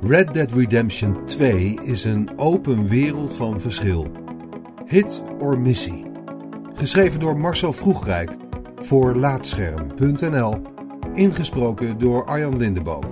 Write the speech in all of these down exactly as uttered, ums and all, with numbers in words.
Red Dead Redemption twee is een open wereld van verschil. Hit or missie. Geschreven door Marcel Vroegrijk voor Laatscherm punt n l. Ingesproken door Arjan Lindeboom.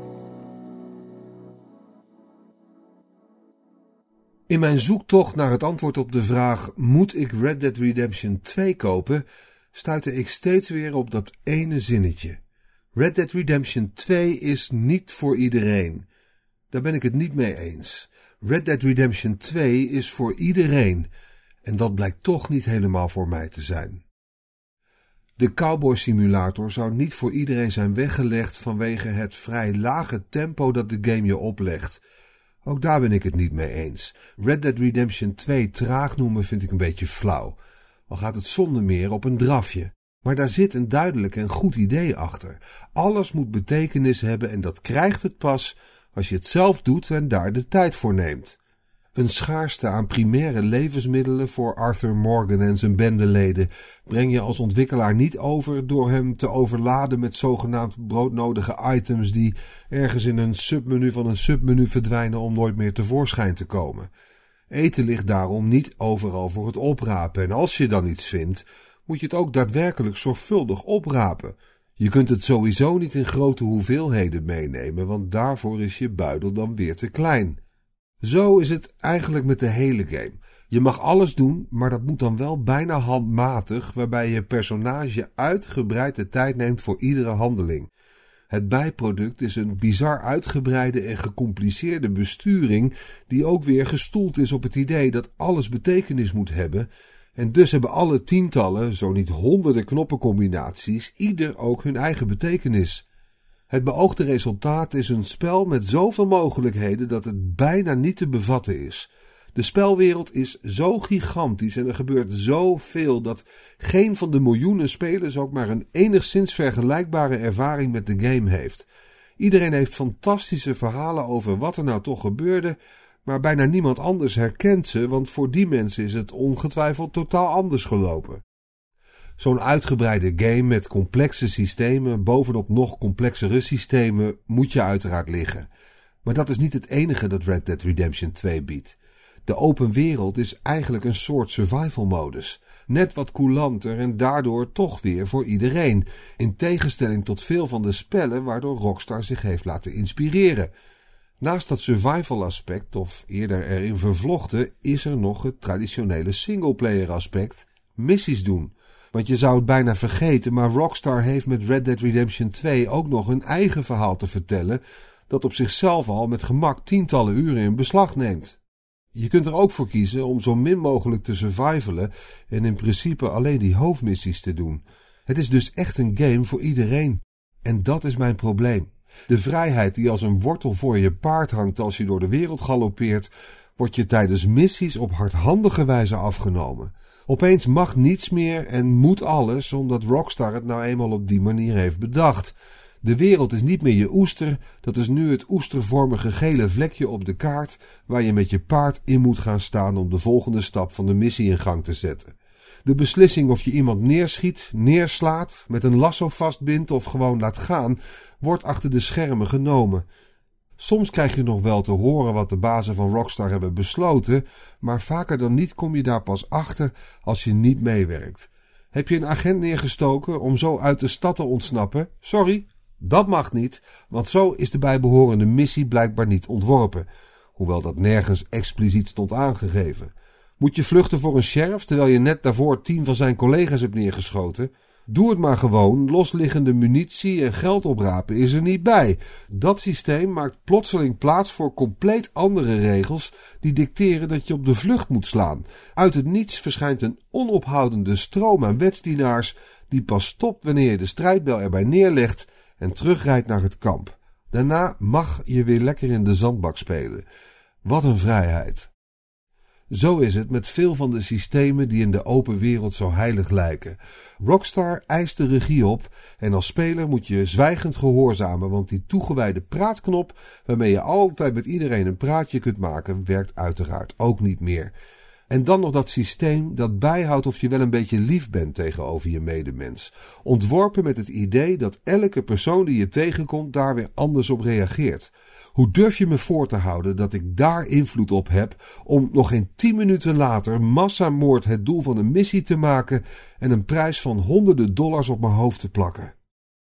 In mijn zoektocht naar het antwoord op de vraag: moet ik Red Dead Redemption twee kopen, stuitte ik steeds weer op dat ene zinnetje. Red Dead Redemption twee is niet voor iedereen. Daar ben ik het niet mee eens. Red Dead Redemption twee is voor iedereen. En dat blijkt toch niet helemaal voor mij te zijn. De Cowboy Simulator zou niet voor iedereen zijn weggelegd vanwege het vrij lage tempo dat de game je oplegt. Ook daar ben ik het niet mee eens. Red Dead Redemption twee traag noemen vind ik een beetje flauw. Al gaat het zonder meer op een drafje. Maar daar zit een duidelijk en goed idee achter. Alles moet betekenis hebben en dat krijgt het pas als je het zelf doet en daar de tijd voor neemt. Een schaarste aan primaire levensmiddelen voor Arthur Morgan en zijn bendeleden breng je als ontwikkelaar niet over door hem te overladen met zogenaamd broodnodige items die ergens in een submenu van een submenu verdwijnen om nooit meer tevoorschijn te komen. Eten ligt daarom niet overal voor het oprapen en als je dan iets vindt, moet je het ook daadwerkelijk zorgvuldig oprapen. Je kunt het sowieso niet in grote hoeveelheden meenemen, want daarvoor is je buidel dan weer te klein. Zo is het eigenlijk met de hele game. Je mag alles doen, maar dat moet dan wel bijna handmatig, waarbij je personage uitgebreid de tijd neemt voor iedere handeling. Het bijproduct is een bizar uitgebreide en gecompliceerde besturing die ook weer gestoeld is op het idee dat alles betekenis moet hebben. En dus hebben alle tientallen, zo niet honderden knoppencombinaties, ieder ook hun eigen betekenis. Het beoogde resultaat is een spel met zoveel mogelijkheden dat het bijna niet te bevatten is. De spelwereld is zo gigantisch en er gebeurt zoveel dat geen van de miljoenen spelers ook maar een enigszins vergelijkbare ervaring met de game heeft. Iedereen heeft fantastische verhalen over wat er nou toch gebeurde, maar bijna niemand anders herkent ze, want voor die mensen is het ongetwijfeld totaal anders gelopen. Zo'n uitgebreide game met complexe systemen bovenop nog complexere systemen moet je uiteraard liggen. Maar dat is niet het enige dat Red Dead Redemption twee biedt. De open wereld is eigenlijk een soort survival modus. Net wat coulanter en daardoor toch weer voor iedereen. In tegenstelling tot veel van de spellen waardoor Rockstar zich heeft laten inspireren. Naast dat survival aspect, of eerder erin vervlochten, is er nog het traditionele singleplayer aspect, missies doen. Want je zou het bijna vergeten, maar Rockstar heeft met Red Dead Redemption twee ook nog een eigen verhaal te vertellen dat op zichzelf al met gemak tientallen uren in beslag neemt. Je kunt er ook voor kiezen om zo min mogelijk te survivalen en in principe alleen die hoofdmissies te doen. Het is dus echt een game voor iedereen. En dat is mijn probleem. De vrijheid die als een wortel voor je paard hangt als je door de wereld galoppeert, wordt je tijdens missies op hardhandige wijze afgenomen. Opeens mag niets meer en moet alles, omdat Rockstar het nou eenmaal op die manier heeft bedacht. De wereld is niet meer je oester, dat is nu het oestervormige gele vlekje op de kaart waar je met je paard in moet gaan staan om de volgende stap van de missie in gang te zetten. De beslissing of je iemand neerschiet, neerslaat, met een lasso vastbindt of gewoon laat gaan, wordt achter de schermen genomen. Soms krijg je nog wel te horen wat de bazen van Rockstar hebben besloten, maar vaker dan niet kom je daar pas achter als je niet meewerkt. Heb je een agent neergestoken om zo uit de stad te ontsnappen? Sorry, dat mag niet, want zo is de bijbehorende missie blijkbaar niet ontworpen, hoewel dat nergens expliciet stond aangegeven. Moet je vluchten voor een sheriff terwijl je net daarvoor tien van zijn collega's hebt neergeschoten? Doe het maar gewoon, losliggende munitie en geld oprapen is er niet bij. Dat systeem maakt plotseling plaats voor compleet andere regels die dicteren dat je op de vlucht moet slaan. Uit het niets verschijnt een onophoudende stroom aan wetsdienaars die pas stopt wanneer je de strijdbel erbij neerlegt en terugrijdt naar het kamp. Daarna mag je weer lekker in de zandbak spelen. Wat een vrijheid. Zo is het met veel van de systemen die in de open wereld zo heilig lijken. Rockstar eist de regie op en als speler moet je zwijgend gehoorzamen, want die toegewijde praatknop waarmee je altijd met iedereen een praatje kunt maken, werkt uiteraard ook niet meer. En dan nog dat systeem dat bijhoudt of je wel een beetje lief bent tegenover je medemens. Ontworpen met het idee dat elke persoon die je tegenkomt daar weer anders op reageert. Hoe durf je me voor te houden dat ik daar invloed op heb om nog geen tien minuten later massamoord het doel van een missie te maken en een prijs van honderden dollars op mijn hoofd te plakken?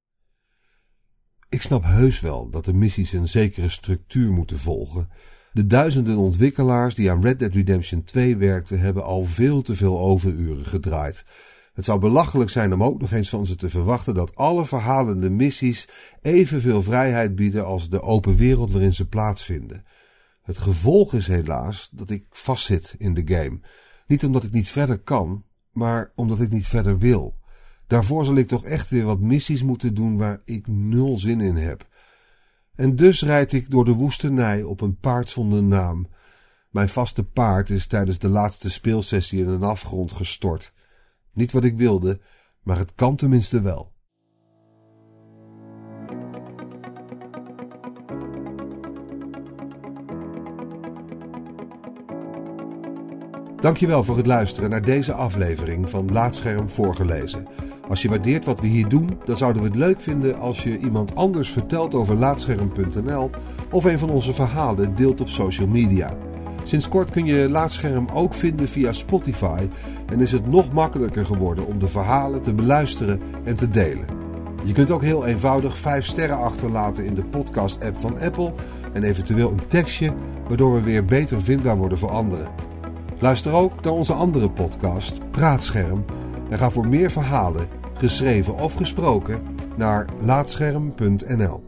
Ik snap heus wel dat de missies een zekere structuur moeten volgen. De duizenden ontwikkelaars die aan Red Dead Redemption twee werkten hebben al veel te veel overuren gedraaid. Het zou belachelijk zijn om ook nog eens van ze te verwachten dat alle verhalende missies evenveel vrijheid bieden als de open wereld waarin ze plaatsvinden. Het gevolg is helaas dat ik vastzit in de game. Niet omdat ik niet verder kan, maar omdat ik niet verder wil. Daarvoor zal ik toch echt weer wat missies moeten doen waar ik nul zin in heb. En dus rijd ik door de woestenij op een paard zonder naam. Mijn vaste paard is tijdens de laatste speelsessie in een afgrond gestort. Niet wat ik wilde, maar het kan tenminste wel. Dankjewel voor het luisteren naar deze aflevering van Laatscherm voorgelezen. Als je waardeert wat we hier doen, dan zouden we het leuk vinden als je iemand anders vertelt over Laatscherm punt n l of een van onze verhalen deelt op social media. Sinds kort kun je Laatscherm ook vinden via Spotify en is het nog makkelijker geworden om de verhalen te beluisteren en te delen. Je kunt ook heel eenvoudig vijf sterren achterlaten in de podcast-app van Apple en eventueel een tekstje, waardoor we weer beter vindbaar worden voor anderen. Luister ook naar onze andere podcast, Praatscherm, en ga voor meer verhalen, geschreven of gesproken, naar Laatscherm punt n l.